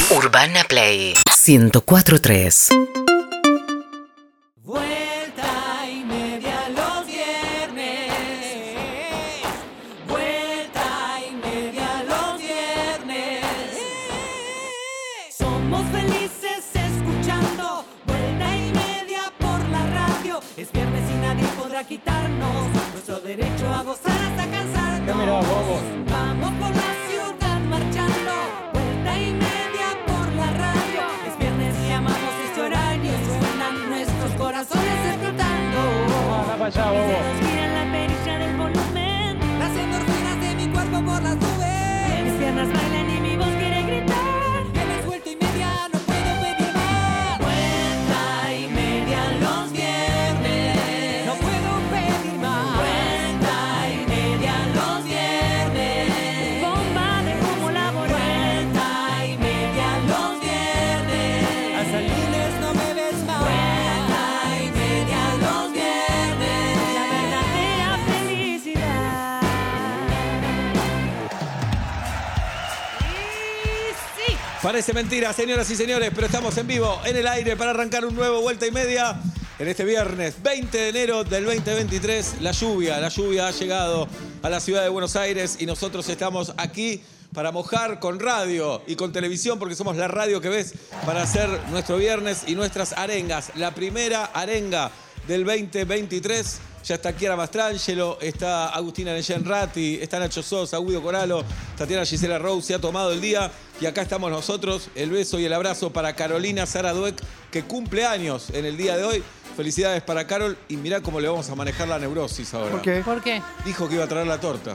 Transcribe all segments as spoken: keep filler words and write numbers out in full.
Urbana Play ciento cuatro punto tres. Vuelta y media los viernes. Vuelta y media los viernes. Somos felices escuchando Vuelta y media por la radio. Es viernes y nadie podrá quitarnos nuestro derecho a gozar hasta cansarnos. ¿Qué mirá, bobo? Vamos por la ciudad marchando. Vuelta y media por la radio. Es viernes y amamos este horario. Suenan nuestros corazones explotando. Anda para allá, bobo. Se nos gira la perilla del volumen. Las endorfinas de mi cuerpo por las nubes. Mis piernas bailan y mi voz quiere gritar. Tienes vuelta y media, no puedo pedir más. Vuelta y media los viernes. No puedo pedir más. Vuelta y media los viernes. Bomba de humo laboral. Vuelta y media los viernes. Hasta el lunes no me ves más. Vuelta y media los viernes. La verdadera felicidad. Y sí. Parece mentira, señoras y señores, pero estamos en vivo, en el aire, para arrancar un nuevo Vuelta y Media. En este viernes, veinte de enero del veinte veintitrés, la lluvia, la lluvia ha llegado a la ciudad de Buenos Aires y nosotros estamos aquí para mojar con radio y con televisión, porque somos la radio que ves, para hacer nuestro viernes y nuestras arengas. La primera arenga del veinte veintitrés. Ya está Chiara Mastrangelo, está Agustina Neyen-Ratti, está Nacho Sosa, Guido Coralo, Tatiana Gisela Rose. Se ha tomado el día y acá estamos nosotros. El beso y el abrazo para Carolina Sara Dweck, que cumple años en el día de hoy. Felicidades para Carol y mirá cómo le vamos a manejar la neurosis ahora. ¿Por qué? ¿Por qué? Dijo que iba a traer la torta.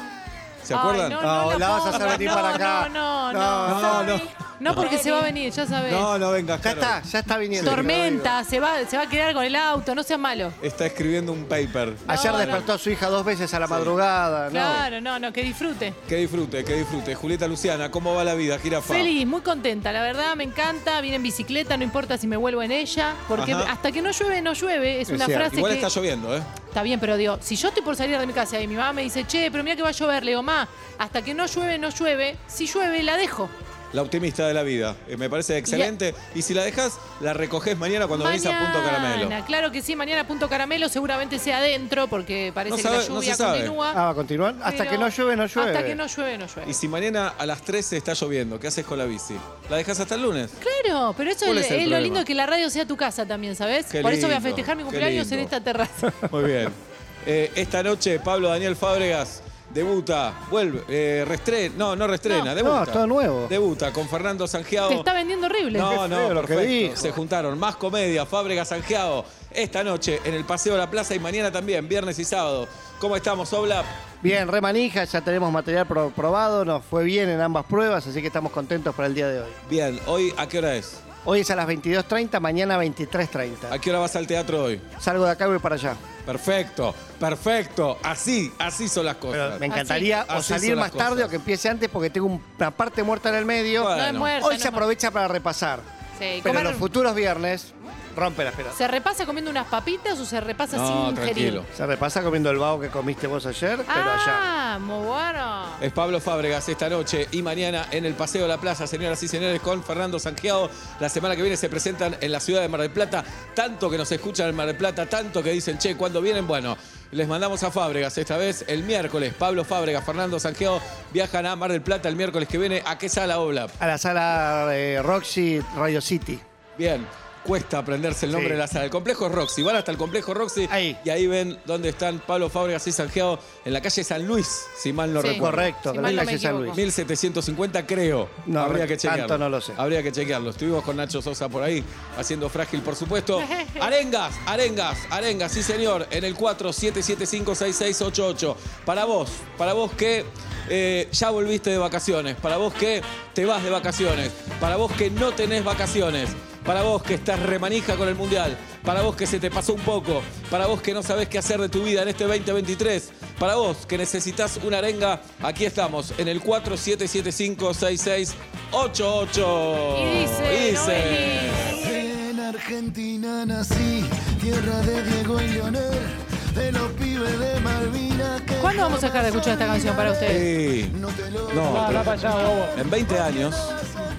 ¿Se Ay, acuerdan? no, no, No, la vas a hacer pongas, venir no, para acá. No, no, No, no. no, no. No, porque se va a venir, ya sabés. No, no vengas, Ya Carol. está, ya está viniendo. Tormenta, se va, se va a quedar con el auto, no seas malo. Está escribiendo un paper. Ayer No, despertó no. a su hija dos veces a la madrugada. ¿no? Claro, no, no, que disfrute. Que disfrute, que disfrute. Julieta Luciana, ¿cómo va la vida, jirafa? Feliz, muy contenta, la verdad me encanta. Viene en bicicleta, no importa si me vuelvo en ella. Porque Ajá. hasta que no llueve, no llueve. Es Es una cierto. frase Igual que. está lloviendo, ¿eh? Está bien, pero digo, si yo estoy por salir de mi casa y mi mamá me dice, che, pero mira que va a llover, le digo, ma, hasta que no llueve, no llueve. Si llueve, la dejo. La optimista de la vida. Eh, me parece excelente. Y si la dejas, la recoges mañana cuando venís a Punto Caramelo. Claro que sí, mañana Punto Caramelo seguramente sea adentro porque parece No que sabe- la no lluvia se sabe. continúa. Ah, ¿va a continuar? Hasta pero que no llueve, no llueve. Hasta que no llueve, no llueve. Y si mañana a las trece está lloviendo, ¿qué haces con la bici? ¿La dejas hasta el lunes? Claro, pero eso ¿Cuál es, es el es lo problema? lindo que la radio sea tu casa también, ¿sabes? Qué Por eso voy a lindo, festejar mi qué cumpleaños en lindo. esta terraza. Muy bien. Eh, esta noche Pablo Daniel Fábregas debuta, vuelve, eh, reestrena, no, no reestrena, No. debuta. No, es todo nuevo. Debuta con Fernando Sangiao. Te está vendiendo horrible. No, Qué no, feo lo que perfecto. dijo. Se juntaron más comedia, Fábregas, Sangiao, esta noche en el Paseo de la Plaza y mañana también, viernes y sábado. ¿Cómo estamos, Oblap? Bien, re manija, ya tenemos material pro- probado, nos fue bien en ambas pruebas, así que estamos contentos para el día de hoy. Bien, hoy, ¿a qué hora es? Hoy es a las veintidós treinta, mañana veintitrés treinta. ¿A qué hora vas al teatro hoy? Salgo de acá y voy para allá. Perfecto, perfecto. Así, así son las cosas. Pero me encantaría Así. o Así salir son más las tarde cosas. o que empiece antes porque tengo una parte muerta en el medio. Bueno. No es muerta. Hoy no se es aprovecha para repasar. muerta. Sí, Pero comer- los futuros viernes rompe las pelotas. ¿Se repasa comiendo unas papitas o se repasa No, sin ingerir? tranquilo. Se repasa comiendo el vago que comiste vos ayer, pero allá. Ah, muy bueno. Es Pablo Fábregas esta noche y mañana en el Paseo de la Plaza, señoras y señores, con Fernando Sangiao. La semana que viene se presentan en la ciudad de Mar del Plata. Tanto que nos escuchan en Mar del Plata, tanto que dicen, che, ¿cuándo vienen? Bueno, les mandamos a Fábregas esta vez el miércoles. Pablo Fábregas, Fernando Sangiao viajan a Mar del Plata el miércoles que viene. ¿A qué sala, Oblap? A la sala de Roxy Radio City. Bien. Cuesta aprenderse el nombre Sí. de la sala. El complejo Roxy. Van hasta el complejo Roxy. Ahí. Y ahí ven dónde están Pablo Fábregas y Sangiao en la calle San Luis, si mal no Sí. recuerdo. Correcto, Si en mal la no me calle San equivoco. Luis. mil setecientos cincuenta creo. No, Habría que tanto chequearlo. no lo sé. Habría que chequearlo. Estuvimos con Nacho Sosa por ahí, haciendo frágil, por supuesto. Arengas, arengas, arengas, sí señor, en el cuatro siete siete cinco seis seis ocho ocho. Para vos, para vos que eh, ya volviste de vacaciones, para vos que te vas de vacaciones, para vos que no tenés vacaciones, para vos que estás remanija con el Mundial, para vos que se te pasó un poco, para vos que no sabés qué hacer de tu vida en este veinte veintitrés, para vos que necesitas una arenga, aquí estamos en el cuatro siete siete cinco seis seis ocho ocho. Y dice, no venís. En Argentina nací, tierra de Diego y Leonel, de los pibes de Malvinas. que ¿Cuándo vamos a dejar de escuchar esta canción para ustedes? Sí. no te lo No, Ah, pero va para allá, bobo. en veinte años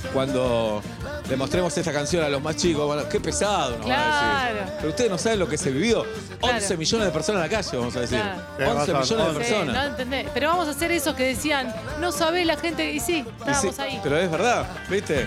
cuando le mostremos esta canción a los más chicos, bueno, qué pesado nos van a Claro. decir. Pero ustedes no saben lo que se vivió. Claro. once millones de personas en la calle, vamos a decir. Claro. once Tenés razón, millones de Sí, personas. no entendés. Pero vamos a hacer eso que decían, no sabés la gente. Y sí, Y estábamos sí, ahí. pero es verdad, ¿viste?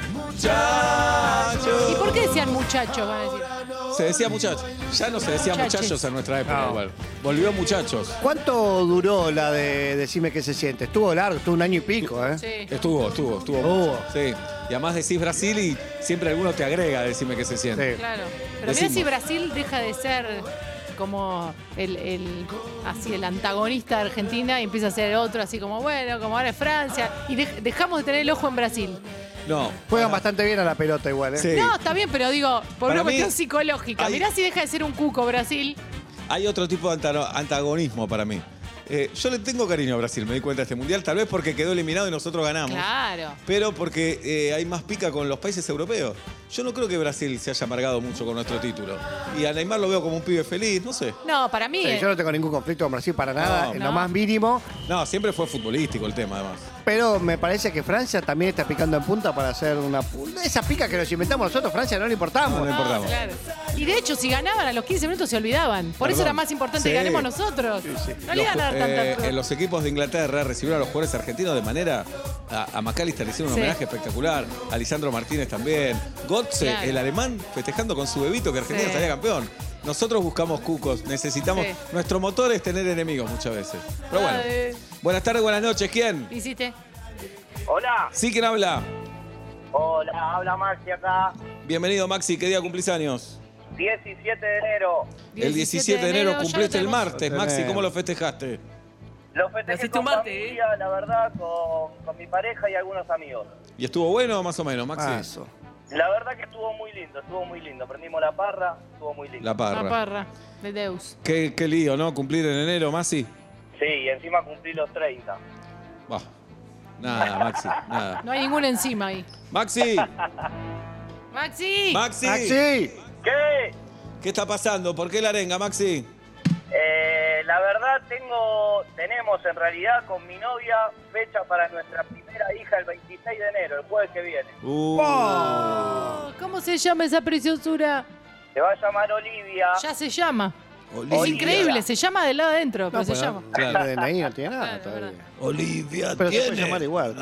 Muchachos. ¿Y por qué decían muchachos? Van a decir. Se decía muchachos. Ya no se decía Muchaches. muchachos en nuestra época No. igual. Volvió muchachos. ¿Cuánto duró la de Decime qué se siente? Estuvo largo, estuvo un año y pico, ¿eh? Sí. Estuvo, estuvo, estuvo. Estuvo. Sí. Y además decís Brasil y siempre alguno te agrega, decime qué se siente. Sí. Claro. Pero mira Decimos. si Brasil deja de ser como el, el- así el antagonista de Argentina y empieza a ser otro, así como, bueno, como ahora es Francia. Y dej- dejamos de tener el ojo en Brasil. No. Juegan bastante bien a la pelota igual, ¿eh? Sí. No, está bien, pero digo, por Para una mí, cuestión psicológica. hay- Mirá si deja de ser un cuco Brasil. Hay otro tipo de anta- antagonismo para mí. Eh, yo le tengo cariño a Brasil, me di cuenta de este mundial, tal vez porque quedó eliminado y nosotros ganamos. Claro. Pero porque eh, hay más pica con los países europeos. Yo no creo que Brasil se haya amargado mucho con nuestro título. Y a Neymar lo veo como un pibe feliz, no sé. No, para mí. Sí, eh, yo no tengo ningún conflicto con Brasil para nada, No. en No. lo más mínimo. No, siempre fue futbolístico el tema, además. Pero me parece que Francia también está picando en punta para hacer una... Esa pica que nos inventamos nosotros, Francia no le importamos. No le no, importamos. claro. Y de hecho, si ganaban a los quince minutos se olvidaban. Por eso Perdón. era más importante Sí. que ganemos nosotros. No le iban a dar Los, eh, tanta. en los equipos de Inglaterra recibieron a los jugadores argentinos de manera. A, a McAllister le hicieron un Sí. homenaje espectacular. A Lisandro Martínez también. Götze, Claro. el alemán, festejando con su bebito que Argentina Sí. salía campeón. Nosotros buscamos cucos, necesitamos. Sí. Nuestro motor es tener enemigos muchas veces. Pero bueno. Ay. Buenas tardes, buenas noches. ¿Quién? ¿Hiciste? Hola, Sí, ¿quién habla? hola, habla Maxi acá. Bienvenido, Maxi. ¿Qué día cumplís años? diecisiete de enero. El diecisiete de enero ya lo cumpliste el tenemos. martes. Lo Maxi, tenemos. ¿cómo lo festejaste? Lo festejé Naciste con un martes, familia, la verdad, con, con mi pareja y algunos amigos. ¿Y estuvo bueno o más o menos, Maxi? Paso. La verdad que estuvo muy lindo, estuvo muy lindo. Prendimos la parra, estuvo muy lindo. La parra. Una parra de Deus. Qué, qué lío, ¿no? Cumplir en enero, Maxi. Sí, y encima cumplí los treinta. Bah, nada, Maxi, nada. No hay ninguna encima ahí. Maxi, ¡Maxi! Maxi, ¡Maxi! ¿Qué? ¿qué está pasando? ¿Por qué la arenga, Maxi? Eh, la verdad tengo, tenemos en realidad con mi novia fecha para nuestra primera hija el veintiséis de enero, el jueves que viene. Uh, Oh, ¿cómo se llama esa preciosura? Se va a llamar Olivia. Ya se llama. Olivia. Es increíble, se llama del lado adentro, pero No, se pero llama. Claro. el D N I no tiene nada Claro, todavía. verdad. Olivia Pero se puede llamar igual.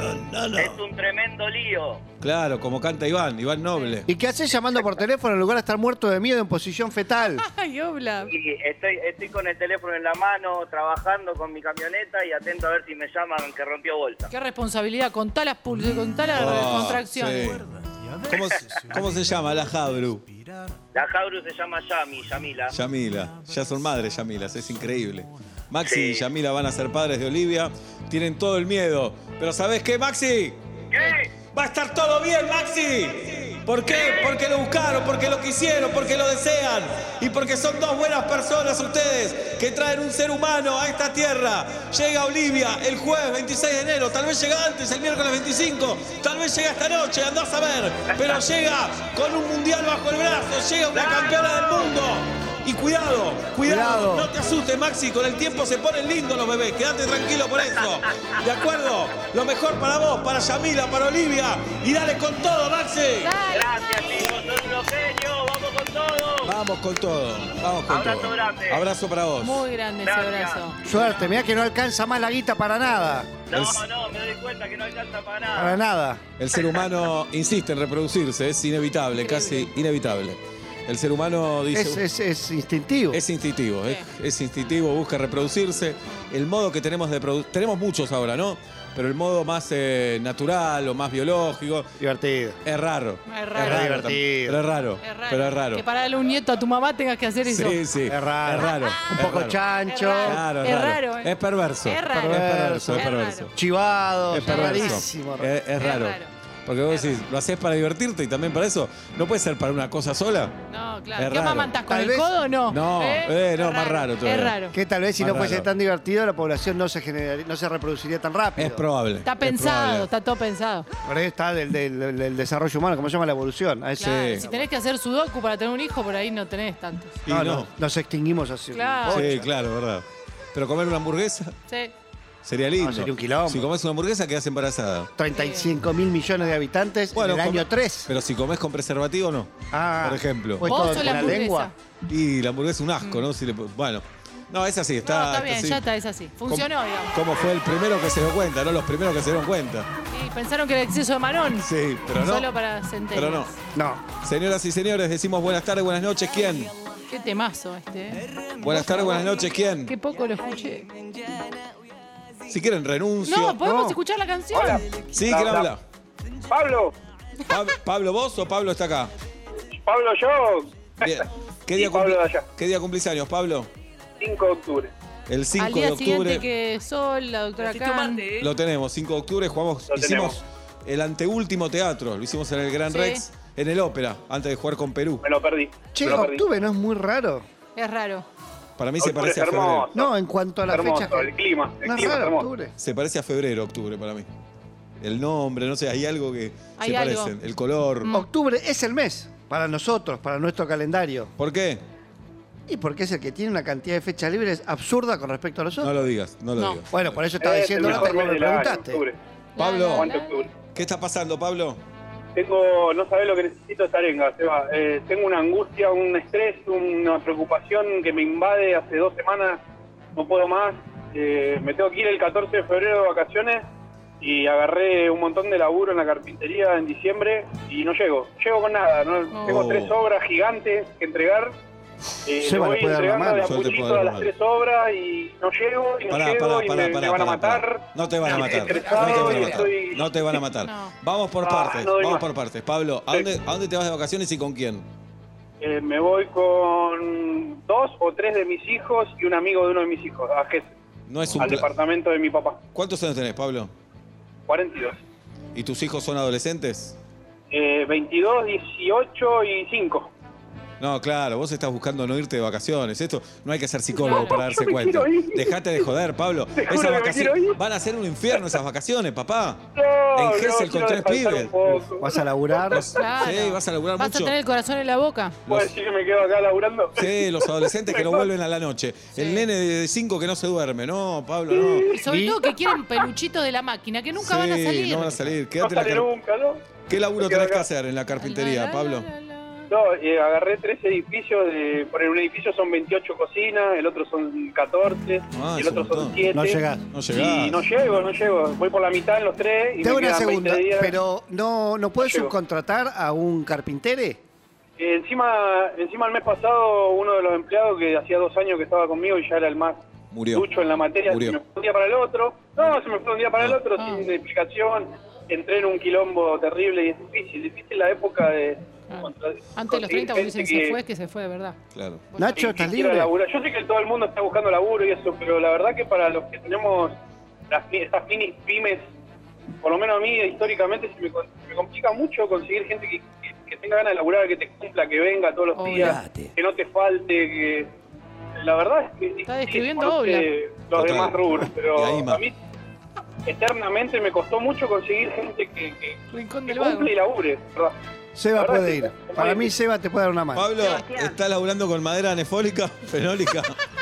Es un tremendo lío. Claro, como canta Iván, Iván Noble. ¿Y qué haces llamando por teléfono en lugar de estar muerto de miedo en posición fetal? Ay, Obla. Y estoy, estoy con el teléfono en la mano, trabajando con mi camioneta y atento a ver si me llaman que rompió bolsa. Qué responsabilidad, contá las pulsos, contá las Oh, contracciones. sí. ¿Cómo, se- ¿Cómo se llama la Jabru? La Jabru se llama Yami, Yamila. Yamila. Ya son madres Yamilas, es increíble. Maxi Sí. y Yamila van a ser padres de Olivia. Tienen todo el miedo. Pero ¿sabés qué, Maxi? ¿Qué? Va a estar todo bien, Maxi. ¿Por qué? Porque lo buscaron, porque lo quisieron, porque lo desean. Y porque son dos buenas personas ustedes que traen un ser humano a esta tierra. Llega Olivia el jueves veintiséis de enero. Tal vez llega antes, el miércoles veinticinco. Tal vez llega esta noche, andás a ver. Pero llega con un mundial bajo el brazo. Llega una campeona del mundo. Y cuidado, cuidado, Cuidado. no te asustes, Maxi, con el tiempo se ponen lindos los bebés, quédate tranquilo por eso. ¿De acuerdo? Lo mejor para vos, para Yamila, para Olivia. Y dale con todo, Maxi. Dale, Gracias, chicos, son unos genios, vamos con todo. Vamos con todo, vamos con Abrazo todo. grande. Abrazo para vos. Muy grande ese Gracias. abrazo. Suerte, mirá que no alcanza más la guita para nada. No, Es- no, me doy cuenta que no alcanza para nada. Para nada. El ser humano insiste en reproducirse, es inevitable, casi inevitable. El ser humano dice... Es, es, es instintivo. Es instintivo, es, es instintivo, busca reproducirse. El modo que tenemos de producir, tenemos muchos ahora, ¿no? Pero el modo más eh, natural o más biológico Divertido. es raro. Es raro. Es también, divertido. pero es raro. Es raro. Pero es raro. Que para darle un nieto a tu mamá tengas que hacer eso. Sí, sí. Es raro. Es raro. Un es poco raro. chancho. Es raro. Claro, es, Es raro. raro, ¿eh? Es perverso. Es raro. Es perverso, es Es perverso. raro. Chivado. Es perverso. rarísimo. Es, es Es raro. raro. Porque vos Es decís, ¿lo haces para divertirte y también para eso? ¿No puede ser para una cosa sola? No, Es claro. ¿Qué raro. amamantás con Tal el vez- codo o no? No, eh, no, Es más raro todavía. Es raro. Que tal vez si Más no fuese raro. tan divertido, la población no se generaría, no se reproduciría tan rápido. Es probable. Está es pensado, probable. está todo pensado. Por ahí está del, del- del- del desarrollo humano, como se llama la evolución. A eso- Claro, Sí. si tenés que hacer sudoku para tener un hijo, por ahí no tenés tantos. Y No, no. no, nos extinguimos así. Claro. Sí, claro, verdad. Pero comer una hamburguesa, Sí. Sería lindo. No, sería un quilombo. Si comes una hamburguesa, quedas embarazada. treinta y cinco mil millones de habitantes Bueno, en el come- año tres. Pero si comes con preservativo, no. Ah, por ejemplo. pues ¿Vos todo o con la la hamburguesa? lengua. Y la hamburguesa es un asco, ¿no? Si le- bueno. No, es así, está. No, está bien, así. ya está, es así. Funcionó, ¿Cómo, digamos. cómo fue el primero que se dio cuenta, no? Los primeros que se dieron cuenta. Y pensaron que era exceso de Manón. Sí, pero no. Solo para centenias. Pero no. No. Señoras y señores, decimos buenas tardes, buenas noches. ¿Quién? Qué temazo este. ¿eh? Buenas tardes, buenas noches. ¿Quién? Qué poco lo escuché. Si quieren, renuncio. No, ¿podemos No. escuchar la canción? Hola. Sí, No, ¿quién no. habla? Pablo, Pab- ¿Pablo vos o Pablo está acá? Pablo yo, Bien. ¿Qué día, Y Pablo cumpli- de allá. ¿Qué día cumplís años, Pablo? cinco de octubre. El cinco Al día de octubre. siguiente que Sol, la doctora Khan. Lo tenemos, cinco de octubre, jugamos, Lo hicimos tenemos. el anteúltimo teatro, lo hicimos en el Gran Sí. Rex, en el Ópera, antes de jugar con Perú. Me lo perdí. Che, me lo perdí. octubre no es muy raro. Es raro. Para mí se Octubre parece a es hermoso. febrero. No, en cuanto a la Hermoso, fecha. el clima, el No es clima es raro hermoso. octubre. Se parece a febrero, octubre, para mí. El nombre, no sé, hay algo que Hay se algo. parecen. El color. Mm. Octubre es el mes para nosotros, para nuestro calendario. ¿Por qué? Y porque es el que tiene una cantidad de fechas libres absurda con respecto a los No otros. lo digas, no lo No. digas. Bueno, por eso estaba Es diciendo el antes mejor que mes me del año, preguntaste. octubre. Pablo. Aguante octubre. ¿Qué está pasando, Pablo? Tengo, no sabés lo que necesito esta arenga, Seba. Eh, tengo una angustia, un estrés, una preocupación que me invade hace dos semanas. No puedo más. Eh, me tengo que ir el catorce de febrero de vacaciones y agarré un montón de laburo en la carpintería en diciembre y no llego. Llego con nada. ¿no? Oh. Tengo tres obras gigantes que entregar. Eh, le Seba, le voy puede dar la entregando mano. de a Yo te puedo puchito dar a la las mano. tres obras y no llego y no Pará, llego pará, y pará, me, pará, me van a pará, matar. pará. No te van a matar. No te Estresado van a y matar. estoy- No te van a matar. No. Vamos por Ah, partes, no doy vamos más. por partes. Pablo, ¿a Sí. dónde, ¿a dónde te vas de vacaciones y con quién? Eh, me voy con dos o tres de mis hijos y un amigo de uno de mis hijos, a Gessel, No es un al pla- departamento de mi papá. ¿Cuántos años tenés, Pablo? cuarenta y dos. ¿Y tus hijos son adolescentes? Eh, veintidós, dieciocho y cinco. No, claro, vos estás buscando no irte de vacaciones. Esto no hay que ser psicólogo Claro. para darse Yo me cuenta. quiero ir. Dejate de joder, Pablo. Te juro Esas que me vacaciones quiero ir. van a ser un infierno esas vacaciones, papá. No, En no, Gessel con quiero tres descansar pibes. un poco. Vas a laburar. Claro. Sí, vas a laburar Vas mucho. a tener el corazón en la boca. ¿Puedo decir que me quedo acá laburando? Sí, los adolescentes que no vuelven a la noche. El Sí. nene de cinco que no se duerme. No, Pablo, no. Y sobre ¿Y? todo que quieren peluchitos de la máquina, que nunca Sí, van a salir. no van a salir. No Quédate en la sale car- nunca, ¿no? ¿Qué laburo Me quedo tenés que acá. hacer en la carpintería, La, la, Pablo? la, la. No, eh, agarré tres edificios, de, por un edificio son veintiocho cocinas, el otro son catorce, Ah, y es el otro un son montón. siete. No llegás. No Y llegás. no llego, no llego. Voy por la mitad en los tres y Te hago me una quedan segunda, veinte días. pero no, ¿no puedes Llego. subcontratar a un carpintere? Eh, encima, encima el mes pasado uno de los empleados que hacía dos años que estaba conmigo y ya era el más Murió. ducho en la materia, Murió. se me fue un día para el otro. No, se me fue un día para el Ah. otro Ah. sin explicación. Entré en un quilombo terrible y es difícil, difícil la época de... Claro. contra- Antes de los conseguir treinta vos gente dicen se que- fue, que se fue de verdad. Claro. Nacho, que ¿estás quiera libre? laburar. Yo sé que todo el mundo está buscando laburo y eso, pero la verdad que para los que tenemos las, estas mini pymes, por lo menos a mí históricamente se me, con- se me complica mucho conseguir gente que, que- que tenga ganas de laburar, que te cumpla, que venga todos los días, Olvídate. que no te falte, que... La verdad es que... Está es describiendo conoce Oblak. los Total. demás rubros, Y pero ahí más. a mí eternamente me costó mucho conseguir gente que, que, Rincón que del Vago. cumple y labure, ¿verdad? Seba La verdad puede es ir. que es Para muy mí, difícil. Seba te puede dar una mano. Pablo, ¿estás laburando con madera anefólica? ¿Fenólica?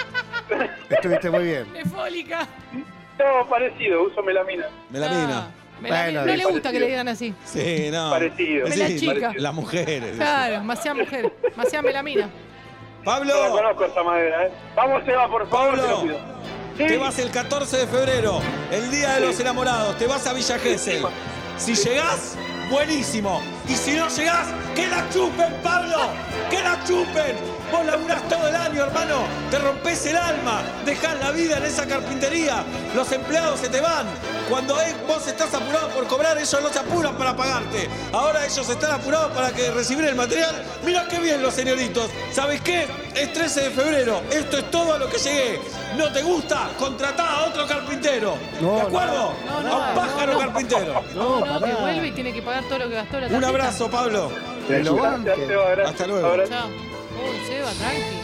Estuviste muy bien. Es fólica. No, parecido, uso melamina. Melamina. Ah, melamina. Bueno, no le gusta que le digan así. Sí, no. Parecido. Es la chica. Las mujeres. Claro, demasiada mujer, demasiada melamina. No la Pablo, conozco esa madera, ¿eh? Vamos, Seba, por favor, Pablo. te lo pido. Sí. te vas el catorce de febrero, el Día de los Enamorados. Te vas a Villa Gesell. Si llegás, buenísimo. Y si no llegás, que la chupen, Pablo. Que la chupen. Vos laburás todo el año, hermano. Te rompés el alma. Dejás la vida en esa carpintería. Los empleados se te van. Cuando eh, vos estás apurado por cobrar, ellos no se apuran para pagarte. Ahora ellos están apurados para que recibir el material. Mirá qué bien los señoritos. ¿Sabes qué? Es trece de febrero. Esto es todo a lo que llegué. ¿No te gusta? Contratá a otro carpintero. No, ¿De acuerdo? no, no, a un no, pájaro no. carpintero. No, No, que pará. vuelve y tiene que pagar todo lo que gastó la Un tarjeta. abrazo, Pablo. Que lo Gracias, banque. Seba, gracias. Hasta luego. Abrazo. Chao. Uy, Seba, tranqui.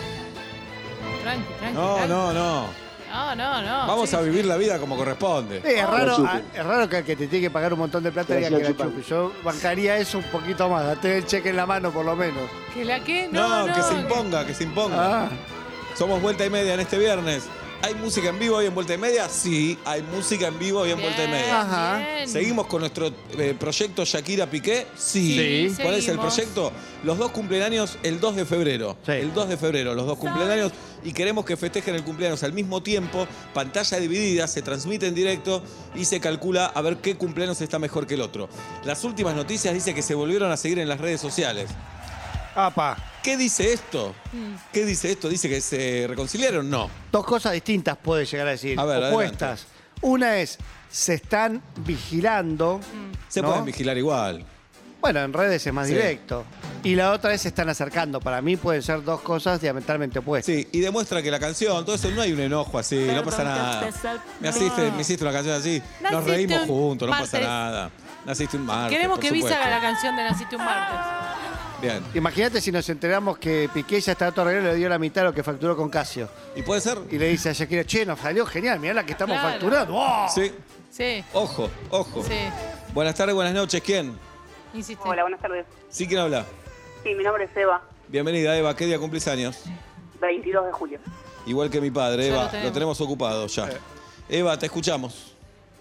Tranqui, tranqui. No, tranqui. no, no. No, no, no. Vamos Sí, a sí. vivir la vida como corresponde. Sí, es, raro, ah, es raro que el que te tiene que pagar un montón de plata diga que la chupe. Yo bancaría eso un poquito más. Date el cheque en la mano, por lo menos. ¿Que la qué? No, No, no. que se imponga, que se imponga. Ah, Somos vuelta y media en este viernes. ¿Hay música en vivo hoy en Vuelta y Media? Sí, hay música en vivo hoy en Vuelta y Media. Ajá. bien. ¿Seguimos con nuestro eh, proyecto Shakira Piqué? Sí. Sí, ¿Cuál es el seguimos. proyecto? Los dos cumpleaños el dos de febrero. Sí. El dos de febrero, los dos cumpleaños. Y queremos que festejen el cumpleaños al mismo tiempo. Pantalla dividida, se transmite en directo y se calcula a ver qué cumpleaños está mejor que el otro. Las últimas noticias dicen que se volvieron a seguir en las redes sociales. Apa. ¿Qué dice esto? ¿Qué dice esto? ¿Dice que se reconciliaron? No. Dos cosas distintas puede llegar a decir, A ver, opuestas. Una es, se están vigilando. Se ¿no? pueden vigilar igual. Bueno, en redes es más Sí. directo. Y la otra es se están acercando. Para mí pueden ser dos cosas diametralmente opuestas. Sí, y demuestra que la canción, todo eso, no hay un enojo así, no pasa nada. Me hiciste, me hiciste una canción así, nos Naciste reímos un juntos, no pasa martes. nada. Naciste un martes. Queremos por que Visa supuesto. haga la canción de Naciste un martes. Bien. Imagínate si nos enteramos que Piqué ya estaba todo arreglado y le dio la mitad de lo que facturó con Casio. ¿Y puede ser? Y le dice a Shakira, che, nos salió genial, mirá la que estamos Claro. facturando. ¡Oh! Sí. Sí, Ojo, ojo. sí. Buenas tardes, buenas noches. ¿Quién? Insiste. Hola, buenas tardes. ¿Sí quién habla? Sí, mi nombre es Eva, Bienvenida, Eva. ¿Qué día cumplís años? veintidós de julio. Igual que mi padre, Ya Eva. lo Lo tenemos. tenemos, ocupado ya. Eva, te escuchamos.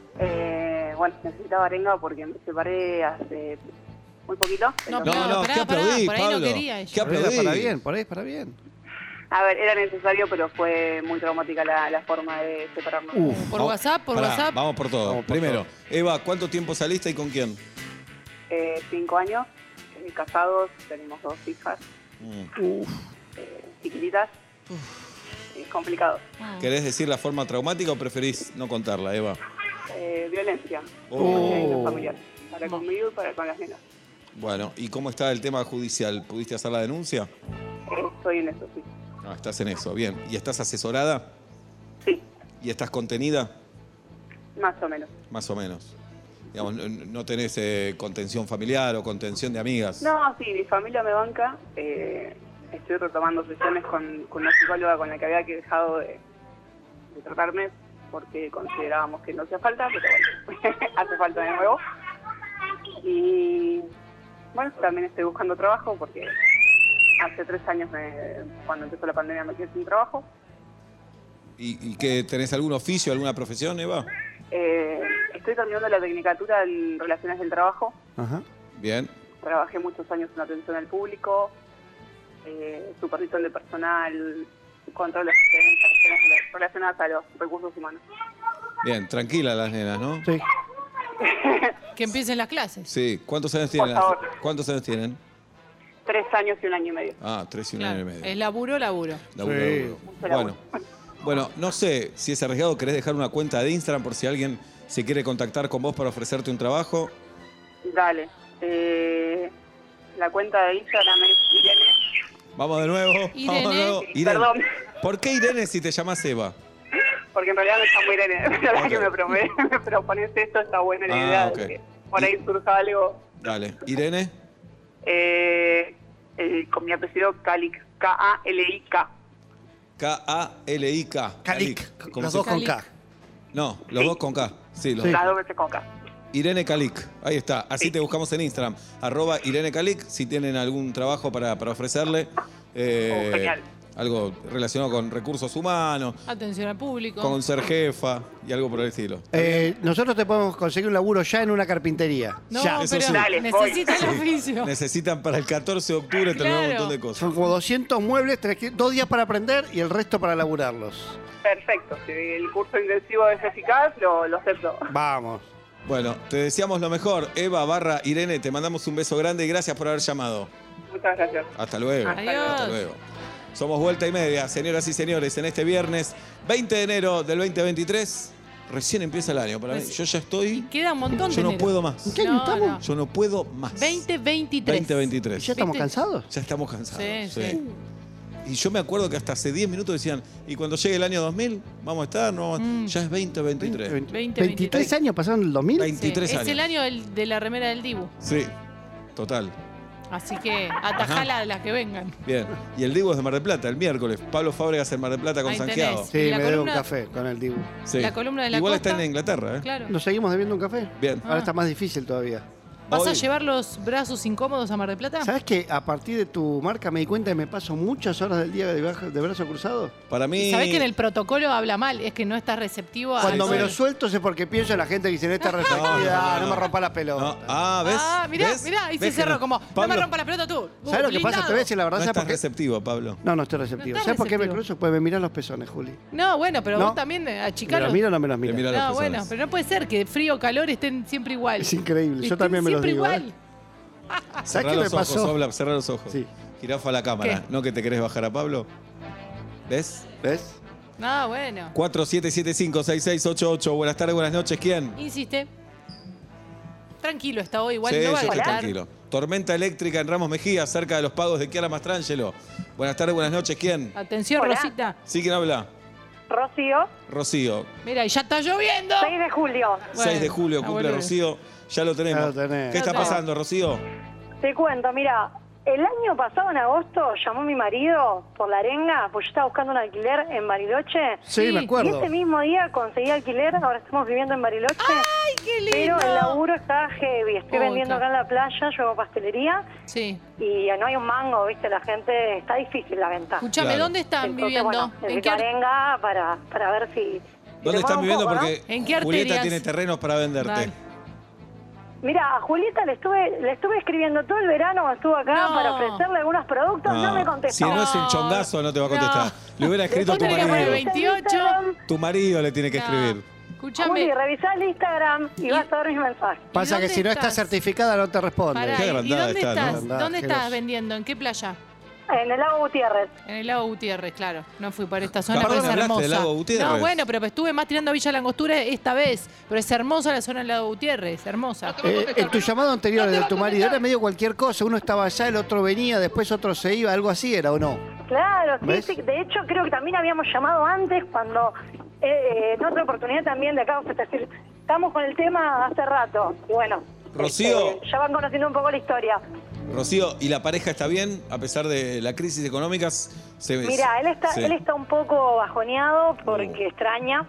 Eh, bueno, necesitaba arenga porque me separé hace muy poquito. No, No, Pero, no, pará, ¿qué pará, aplaudís, por ahí no Pablo? quería ella. ¿Qué Por ahí aplaudís? para bien, por ahí para bien. A ver, era necesario, pero fue muy traumática la, la forma de separarnos. Uf. Por Vamos- WhatsApp, por pará, WhatsApp. Vamos por todo. Vamos por Primero, Eva, ¿cuánto tiempo saliste y con quién? Eh, cinco años, eh, casados, tenemos dos hijas Mm. eh, chiquititas. Es complicado. ¿Querés decir la forma traumática o preferís no contarla, Eva? Eh, violencia Oh. eh, familiar, para conmigo y para con las nenas. Bueno, ¿y cómo está el tema judicial? ¿Pudiste hacer la denuncia? Eh, estoy en eso, sí. Ah, estás en eso, bien. ¿Y estás asesorada? Sí, ¿Y estás contenida? más o menos. Más o menos. Digamos, no, no tenés eh, contención familiar o contención de amigas. No, sí, mi familia me banca. Eh, estoy retomando sesiones con, con una psicóloga con la que había que dejado de, de tratarme porque considerábamos que no hacía falta, pero bueno, hace falta de nuevo. Y bueno, también estoy buscando trabajo porque hace tres años, me, cuando empezó la pandemia, me quedé sin trabajo. ¿Y, y qué, tenés algún oficio, alguna profesión, Eva? Eh, estoy terminando la tecnicatura en Relaciones del Trabajo. Ajá. Bien. Trabajé muchos años en atención al público, eh, supervisión de personal, control de asistencia, cuestiones relacionadas a los recursos humanos. Bien, tranquila las nenas, ¿no? Sí. Que empiecen las clases. Sí. ¿Cuántos años Por tienen? las- favor. ¿Cuántos años tienen? Tres años y un año y medio. Ah, tres y un Claro. año y medio. Es laburo, laburo. Laburo, Sí. laburo. Mucho laburo. Bueno, bueno, no sé si es arriesgado, querés dejar una cuenta de Instagram por si alguien se quiere contactar con vos para ofrecerte un trabajo. Dale. Eh, la cuenta de Instagram es Irene. Vamos de nuevo. Irene. Vamos de nuevo. Irene. Perdón, ¿Por qué Irene si te llamas Eva? porque en realidad me llamo Irene. La verdad Ok. que me, prome- me propones esto, está buena la Ah, idea ok. de que por ahí surja algo. Dale. Irene. Eh, eh, con mi apellido Kalik, K A L I K. K A L I K. Calic. Como Los si- dos con K. Calic. No, los dos con K. Sí, los Sí. Las dos veces con K. Irene Calic, ahí está. Así Sí. te buscamos en Instagram. Arroba Irene Calic, si tienen algún trabajo para, para ofrecerle. eh, Oh, genial. Algo relacionado con recursos humanos, Atención al público. con ser jefa y algo por el estilo. Eh, nosotros te podemos conseguir un laburo ya en una carpintería. No, ya. eso pero sí. Dale, necesita voy. el oficio. Necesitan para el catorce de octubre tener un Claro. montón de cosas. Son como doscientos muebles, tenés que- dos días para aprender y el resto para laburarlos. Perfecto. Si el curso intensivo es eficaz, lo, lo acepto. Vamos. Bueno, te deseamos lo mejor. Eva barra Irene, te mandamos un beso grande y gracias por haber llamado. Muchas gracias. Hasta luego. Adiós. Hasta luego. Somos Vuelta y Media, señoras y señores, en este viernes veinte de enero del veinte veintitrés. Recién empieza el año para mí. Yo ya estoy... Queda un montón de Yo no enero. puedo más. ¿En qué año No, estamos? no. Yo no puedo más. veinte veintitrés. veinte ¿Y veintitrés. ya estamos ¿Viste? cansados? Ya estamos cansados. Sí, sí. sí. Y yo me acuerdo que hasta hace diez minutos decían, y cuando llegue el año dos mil, vamos a estar, no vamos a... Mm. Ya es veinte veintitrés. veinte, veinte, veintitrés años pasaron el dos mil. veinte. veintitrés Sí, años. Es el año del- de la remera del Dibu. Sí, total. Así que atajala a las que vengan. Bien. Y el Divo es de Mar del Plata, el miércoles. Pablo Fábregas en Mar del Plata con Ahí Santiago. tenés. Sí, La me debo un columna- café con el Dibu. Sí. La columna de la Igual costa. está en Inglaterra, ¿eh? Claro. ¿Nos seguimos debiendo un café? Bien. Ahora Ah. está más difícil todavía. ¿Vas Hoy- a llevar los brazos incómodos a Mar del Plata? ¿Sabes que a partir de tu marca me di cuenta que me paso muchas horas del día de, baja- de brazo cruzado? Para mí... ¿Sabés que en el protocolo habla mal? Es que no estás receptivo a... Cuando me sí. lo suelto es porque pienso en la gente que dice, en esta receptividad, no, me rompa la pelota. No. Ah, ¿ves? Ah, mirá, ¿Ves? mirá, ahí se ¿Ves que cerró no? como, no Pablo, me rompa la pelota tú. Uh, ¿Sabes lo que pasa? Te voy a decir la No verdad, ¿sabes estás por qué? receptivo, Pablo. No, no estoy receptivo. No estás ¿Sabes por qué me receptivo. cruzo? Pues me miran los pezones, Juli. No, bueno, pero No. vos también ¿Me eh, achicalo. los miro o no me los miro? Te mira los No, pezones. bueno, pero no puede ser que frío o calor estén siempre igual. Es increíble, yo Estén también me los siempre digo, igual. ¿eh? ¿Sabes Cerrá qué me los ojos, pasó? Obla, cerrá los ojos. Sí. Jirafa a la cámara. ¿Qué? ¿No que te querés bajar a Pablo? ¿Ves? ¿Ves? No, bueno. cuatro siete siete cinco seis seis ocho ocho. Buenas tardes, buenas noches. ¿Quién? Insiste. Tranquilo está hoy, igual Sí, no va a yo estoy gritar. tranquilo. Tormenta eléctrica en Ramos Mejía, cerca de los pagos de Chiara Mastrangelo. Buenas tardes, buenas noches. ¿Quién? Atención, Hola. Rosita. ¿Sí quién habla? Rocío, Rocío. Mira, y ya está lloviendo. seis de julio. Bueno, seis de julio ah, cumple boludo. Rocío. Ya lo tenemos. Ya lo tenés. ¿Qué está Ya está. pasando, Rocío? Te cuento, mira, el año pasado, en agosto, llamó mi marido por la arenga, pues yo estaba buscando un alquiler en Bariloche. Sí, Sí. me Y acuerdo. ese mismo día conseguí alquiler, ahora estamos viviendo en Bariloche. ¡Ay, qué lindo! Pero el laburo está heavy. Estoy Oh, vendiendo claro. acá en la playa, yo hago pastelería Sí. y no hay un mango, ¿viste? La gente, está difícil la venta. Escúchame, Claro. ¿dónde están Entonces, viviendo? bueno, ¿En necesito qué ar- arenga para, para ver si... si ¿Dónde se están mueve un viviendo? poco, ¿no? Porque ¿En qué Julieta arterias? tiene terrenos para venderte. Dale. Mira, a Julieta le estuve, le estuve escribiendo todo el verano cuando estuvo acá No. para ofrecerle algunos productos, no, me contestó. Si no es un No. chongazo, no te va a contestar. No. Le hubiera escrito a tu Después tenés que poner marido. veintiocho. Tu marido le tiene que No. escribir. Escúchame. Juli, revisá el Instagram y, Y- vas a ver mis mensajes. Pasa que dónde si no está estás? certificada no te responde. Pará, Qué ¿y agrandada dónde está, ¿no? estás? Agrandada, ¿Dónde estás asquerosa. vendiendo? ¿En qué playa? En el lago Gutiérrez. En el lago Gutiérrez, claro. No fui por esta zona, Capaz pero me es hablaste hermosa. del lago Gutiérrez. No, bueno, pero estuve más tirando a Villa Langostura esta vez. Pero es hermosa la zona del lago Gutiérrez, hermosa. Eh, en tu llamado anterior, el de tu marido, era medio cualquier cosa. Uno estaba allá, el otro venía, después otro se iba, algo así era, ¿o no? Claro, sí, ¿Ves? sí. De hecho, creo que también habíamos llamado antes cuando, eh, eh, en otra oportunidad también de acá, es decir, estamos con el tema hace rato. Y bueno, Rocío. este, ya van conociendo un poco la historia. Rocío, ¿y la pareja está bien a pesar de la crisis económica? Se, Mira, él está, sí. él está un poco bajoneado porque Uh. extraña,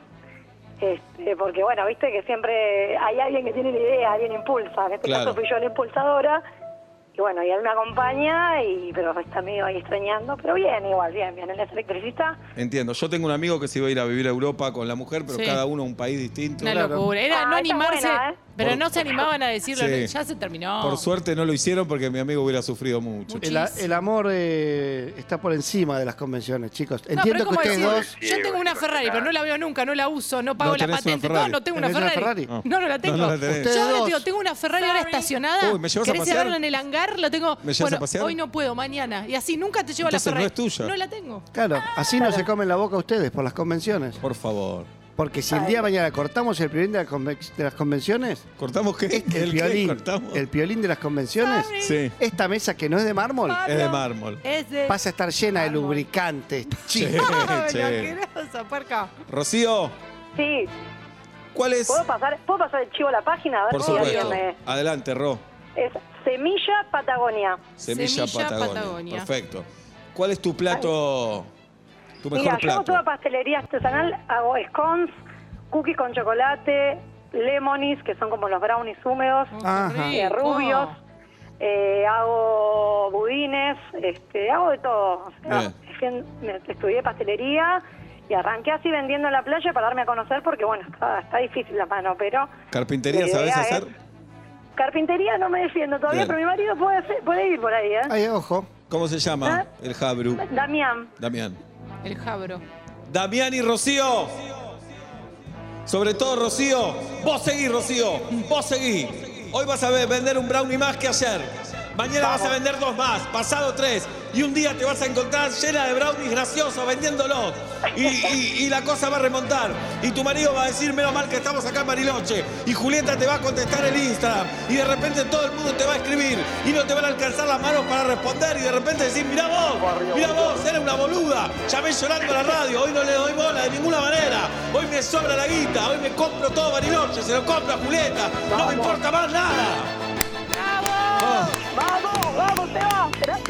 este, porque bueno, viste que siempre hay alguien que tiene la idea, alguien impulsa. En este Claro. caso fui yo la impulsadora. Y bueno, y él me acompaña, y, pero está medio ahí extrañando. Pero bien, igual, bien, bien. Él es electricista. Entiendo. Yo tengo un amigo que se iba a ir a vivir a Europa con la mujer, pero Sí. cada uno a un país distinto. Una Claro. locura. Era Ah, no está animarse, buena, ¿eh? pero Por- no se animaban a decirlo. Sí. Ya se terminó. Por suerte no lo hicieron porque mi amigo hubiera sufrido mucho. Mucho. El, a- Muchísimo. el amor eh, está por encima de las convenciones, chicos. No, pero Entiendo es que como ustedes decir, dos... yo tengo una Ferrari, pero no la veo nunca, no la uso, no pago ¿No la tenés una patente. No, Ferrari? no tengo una ¿Tenés una Ferrari. Ferrari? No, no la tengo. No, no la tenés. Ustedes Yo ahora dos. te digo, tengo una Ferrari ahora estacionada. Uy, ¿me llevas a ¿Querés pasear? verla en el hangar? La tengo. ¿Me llevas bueno, a pasear? hoy no puedo, mañana. Y así nunca te llevo Entonces la Ferrari. no es tuya. No la tengo. Claro, así no se comen la boca ustedes por las convenciones. Por favor. Porque si el día de mañana cortamos el piolín de, la conve- de las convenciones, ¿Cortamos qué? este, el ¿Qué piolín, cortamos? el piolín de las convenciones, Sorry. Sí, esta mesa que no es de mármol, es de mármol. Es de. pasa a estar llena de lubricantes, chicos. Ay, Che. asquerosa, puerca. Rocío, Sí, ¿cuál es? ¿puedo pasar, ¿puedo pasar el chivo a la página? A ver Por si alguien supuesto. me- Adelante, Ro. Es Semilla Patagonia. Semilla, Semilla Patagonia. Patagonia. Perfecto. ¿Cuál es tu plato, tu mejor Mira, yo hago plato? toda pastelería artesanal, hago scones, cookies con chocolate, lemonies, que son como los brownies húmedos, Oh, qué Ajá. eh, rico. rubios, eh, hago budines, este, hago de todo. O sea, Bien. fui- me- estudié pastelería y arranqué así vendiendo en la playa para darme a conocer porque, bueno, está, está difícil la mano, pero... ¿Carpintería la sabes idea hacer? es- Carpintería no me defiendo todavía, Bien. pero mi marido puede, hacer- puede ir por ahí, ¿eh? Ay, ojo. ¿Cómo se llama ¿Ah? el Jabru? Damián. Damián. El jabro. Damián y Rocío. Sobre todo, Rocío. Vos seguí, Rocío. Vos seguí. Hoy vas a ver- vender un brownie más que ayer. Mañana vas a vender dos más. Pasado tres. Y un día te vas a encontrar llena de brownies graciosos vendiéndolos. Y, y- y la cosa va a remontar. Y tu marido va a decir, menos mal que estamos acá en Bariloche. Y Julieta te va a contestar el Instagram. Y de repente todo el mundo te va a escribir. Y no te van a alcanzar las manos para responder. Y de repente decir, mirá vos, mirá vos, eres una boluda. Llamé llorando a la radio. Hoy no le doy bola de ninguna manera. Hoy me sobra la guita. Hoy me compro todo Bariloche. Se lo compro a Julieta. No me importa más nada. ¡Vamos, vamos, Seba! ¡Gracias!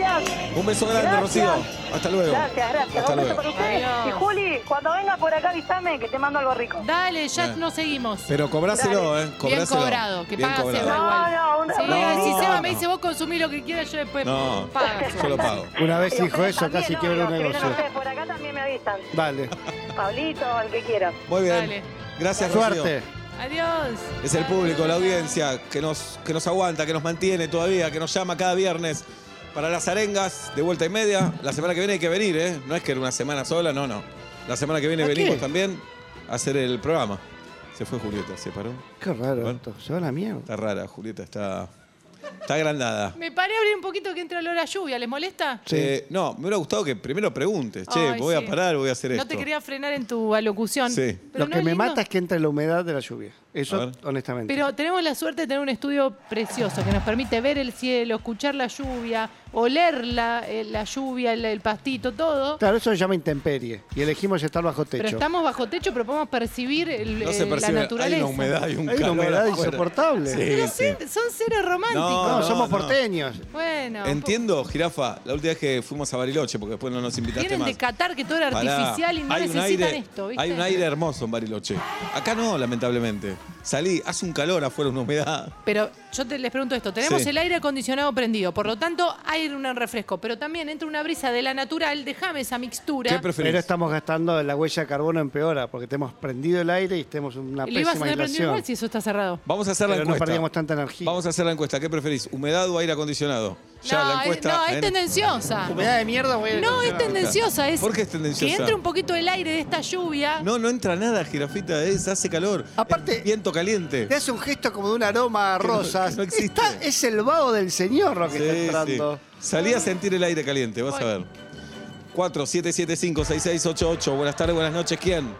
Un beso grande, Gracias. Rocío. Hasta luego. Gracias, gracias. Hasta Un beso luego. para ustedes. Adiós. Y Juli, cuando venga por acá avísame que te mando algo rico. Dale, ya Eh. nos seguimos. Pero cobráselo, ¿eh? Bien Cobráselo. cobrado, que Bien paga cobrado. Seba igual. No, no, una- Sí, No, si Seba no. me dice vos consumí lo que quieras, yo después No, pago. yo lo pago. Una vez Y dijo ustedes eso, también, casi no, quiebra no, un si vienen negocio. ustedes por acá también me avisan. Vale. Pablito, el que quiera. Muy bien. Dale. Gracias, Rocío. Suerte. Adiós. Es el público, la audiencia que nos, que nos aguanta, que nos mantiene todavía, que nos llama cada viernes para las arengas de vuelta y media. La semana que viene hay que venir, ¿eh? No es que era una semana sola, no, no. La semana que viene ¿A venimos qué? también a hacer el programa. Se fue Julieta, se paró. Qué raro Bueno. esto. Se va a la mierda. Está rara, Julieta, está, está agrandada. Me paré a abrir un poquito que entra el olor a lluvia, ¿les molesta? Sí. Eh, no, me hubiera gustado que primero preguntes. Che, Ay, voy sí. a parar, voy a hacer No esto. te quería frenar en tu alocución. Sí. Pero Lo no que es me lindo. mata es que entre la humedad de la lluvia. A Eso, ver. honestamente. Pero tenemos la suerte de tener un estudio precioso que nos permite ver el cielo, escuchar la lluvia, oler la, eh, la lluvia, el, el pastito, todo. Claro, eso se llama intemperie. Y elegimos estar bajo techo. Pero estamos bajo techo, pero podemos percibir el- No eh, se la percibe, hay naturaleza. una humedad y un Hay una calor humedad afuera. insoportable. Sí, Pero sí. sí, son seres románticos. No, No, somos no. porteños. Bueno. Entiendo, Jirafa, la última vez que fuimos a Bariloche, porque después no nos invitaste Vienen más. de Qatar que todo era Pará, artificial y no hay un necesitan aire- esto, ¿viste? Hay un aire hermoso en Bariloche. Acá no, lamentablemente. Salí, hace un calor afuera, una humedad. Pero yo te, les pregunto esto, tenemos Sí. el aire acondicionado prendido, por lo tanto hay un refresco, pero también entra una brisa de la natural, déjame esa mixtura. ¿Qué preferís? Pero estamos gastando la huella de carbono empeora porque tenemos prendido el aire y tenemos una Y lo ibas a pésima tener prendido aislación. igual si eso está cerrado. Vamos a hacer la Pero no encuesta. perdíamos tanta energía. Vamos a hacer la encuesta. ¿Qué preferís? ¿Humedad o aire acondicionado? Ya, no, la es, encuesta. no, es en- tendenciosa. Humedad de mierda, voy a No, es tendenciosa. Es ¿Por qué es tendenciosa? Que entre un poquito el aire de esta lluvia. No, no entra nada, Jirafita. Es, hace calor. Aparte- Es viento caliente. Te hace un gesto como de un aroma a Que no- rosas. que no existe. Está- es el vaho del señor lo que está Sí, entrando. sí. Salí a sentir el aire caliente, vas a ver. cuatro siete siete cinco seis seis ocho ocho. Buenas tardes, buenas noches. ¿Quién?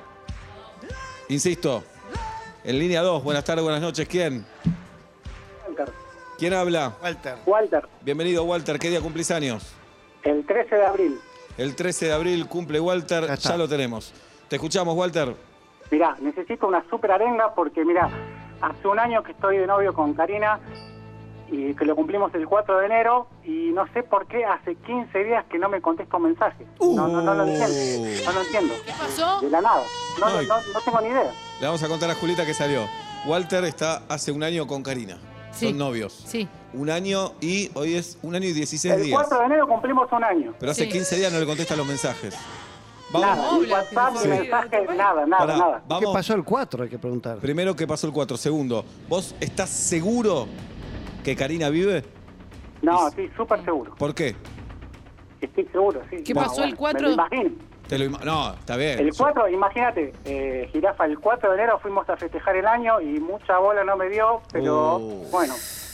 Insisto. En línea dos. Buenas tardes, buenas noches. ¿Quién? ¿Quién habla? Walter. Walter, Bienvenido, Walter. ¿Qué día cumplís años? el trece de abril. El trece de abril cumple Walter. Ya Ya, está. lo tenemos. Te escuchamos, Walter. Mirá, necesito una super arenga porque, mirá, hace un año que estoy de novio con Karina y que lo cumplimos el cuatro de enero y no sé por qué hace quince días que no me contesta un mensaje. No, no, no lo entiendo. No lo entiendo. ¿Qué pasó? De la nada. No, Ay. no, no tengo ni idea. Le vamos a contar a Julieta que salió. Walter está hace un año con Karina. Sí. Son novios. Sí. Un año y hoy es un año y dieciséis El días. cuatro de enero cumplimos un año. Pero hace Sí. quince días no le contesta los mensajes. Nada, Vamos. ni Hola, WhatsApp, que ni no mensaje, sabe. nada, nada, Pará, nada. ¿Qué vamos. pasó el cuatro? Hay que preguntar. Primero, ¿qué pasó el cuatro? Segundo, ¿vos estás seguro que Karina vive? No, estoy súper seguro. ¿Por qué? Estoy seguro, sí. ¿Qué No, pasó el bueno, cuatro? Me lo imagino. Te lo ima- no, está bien. El cuatro, imagínate, eh, Jirafa, el cuatro de enero fuimos a festejar el año y mucha bola no me dio, pero Oh. bueno.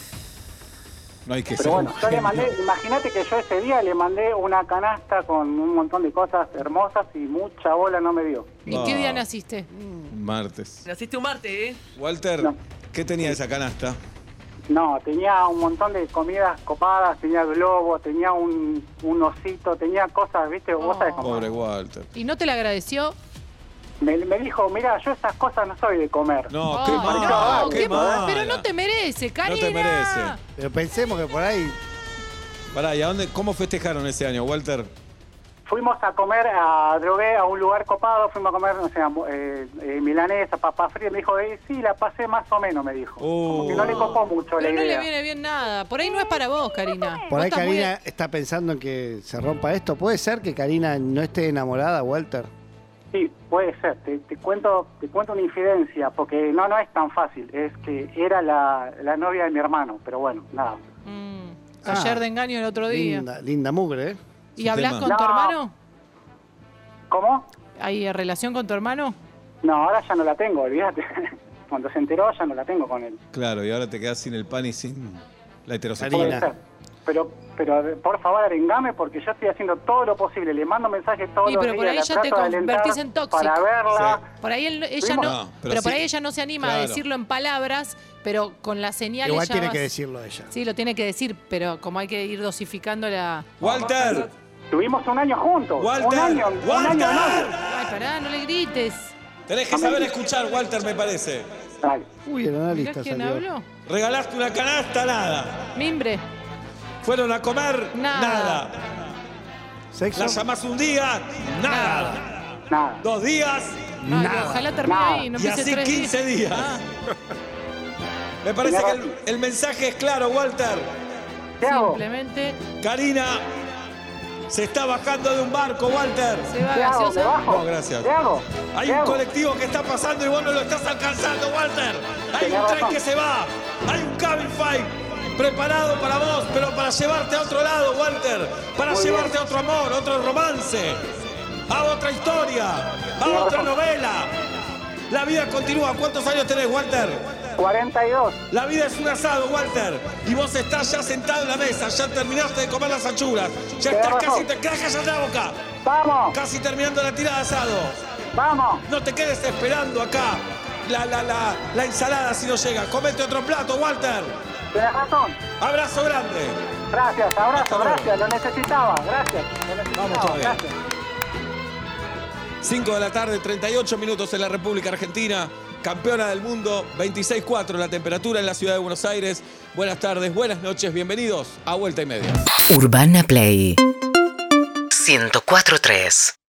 No hay que Pero ser bueno, un yo le genio. mandé, imagínate que yo ese día le mandé una canasta con un montón de cosas hermosas y mucha bola no me dio. ¿En Ah. qué día naciste? Martes. Naciste un martes, ¿eh? Walter, No. ¿qué tenía esa canasta? No, tenía un montón de comidas copadas, tenía globos, tenía un, un osito, tenía cosas, ¿viste? Vos Oh. sabés cómo. Pobre Walter. ¿Y no te la agradeció? Me, me dijo, mira, yo esas cosas no soy de comer. No, Oh, qué no, mala, qué qué mala. Pero no te merece, Karina. No te merece. Pero pensemos que por ahí. Pará, ¿y a dónde, cómo festejaron ese año, Walter? Fuimos a comer a Drogué, a un lugar copado, fuimos a comer, no sé, eh, eh, milanesa, papas frías. Me dijo, eh, sí, la pasé más o menos, me dijo. Como que no le copó mucho la Pero no idea. le viene bien nada. Por ahí no es para vos, Karina. Por Vos ahí estás muy- Karina está pensando en que se rompa esto. ¿Puede ser que Karina no esté enamorada, Walter? Sí, puede ser. Te, te cuento te cuento una infidencia, porque no no es tan fácil. Es que era la, la novia de mi hermano, pero bueno, nada. Mm, Ah, taller de engaño el otro día. Linda, linda mugre, ¿eh? ¿Y Su hablas tema. con tu No. hermano? ¿Cómo? ¿Hay relación con tu hermano? No, ahora ya no la tengo, olvídate. Cuando se enteró ya no la tengo con él. Claro, y ahora te quedás sin el pan y sin la heterosexualidad. Puede Karina. ser. Pero, pero por favor, arengame, porque yo estoy haciendo todo lo posible. Le mando mensajes todos Y los pero días. por ahí la ya te trato de alentar convertís en tóxico. para verla. Por ahí él- ella Fuimos- no, No, pero pero, por sí. ahí ella no se anima a Claro. decirlo en palabras, pero con las señales Igual ya tiene vas- que decirlo ella. Sí, lo tiene que decir, pero como hay que ir dosificando la... ¡Walter! Tuvimos un año juntos. ¡Walter! Un año, un ¡Walter! año de novio. Ay, pará, no le grites. Tenés que saber escuchar, Walter, me parece. Dale. Uy, el Mirá analista quién salió. habló. Regalaste una canasta, nada. Mimbre. Fueron a comer, Nada. nada. ¿Sexo? La llamás un día, nada. Nada. Dos días, Ay, nada. ojalá termine Nada. ahí, no Y empiece así tres quince días. días. Me parece que el, el mensaje es claro, Walter. ¿Qué hago? Simplemente Karina se está bajando de un barco, Walter. se va ¿Qué hago? ¿Me gaseosa. bajo? No, gracias. ¿Qué hago? Hay ¿Qué un hago? colectivo que está pasando y vos no lo estás alcanzando, Walter. Hay Tenés un tren razón. que se va. Hay un Cabify preparado para vos, pero para llevarte a otro lado, Walter. Para Muy llevarte bien. a otro amor, otro romance, a otra historia, a Tenés otra razón. novela. La vida continúa. ¿Cuántos años tenés, Walter? cuarenta y dos. La vida es un asado, Walter. Y vos estás ya sentado en la mesa. Ya terminaste de comer las anchuras. Ya Tenés estás casi... razón. Te quedás callado la boca. ¡Vamos! Casi terminando la tirada de asado. ¡Vamos! No te quedes esperando acá la, la, la, la ensalada si no llega. Comete otro plato, Walter. Tienes razón. Abrazo grande. Gracias, Hasta abrazo, luego. gracias. Lo necesitaba. Gracias. Lo necesitaba. Vamos todavía. Gracias. cinco de la tarde, treinta y ocho minutos en la República Argentina. Campeona del mundo, veintiséis cuatro la temperatura en la ciudad de Buenos Aires. Buenas tardes, buenas noches, bienvenidos a Vuelta y Media. Urbana Play ciento cuatro punto tres.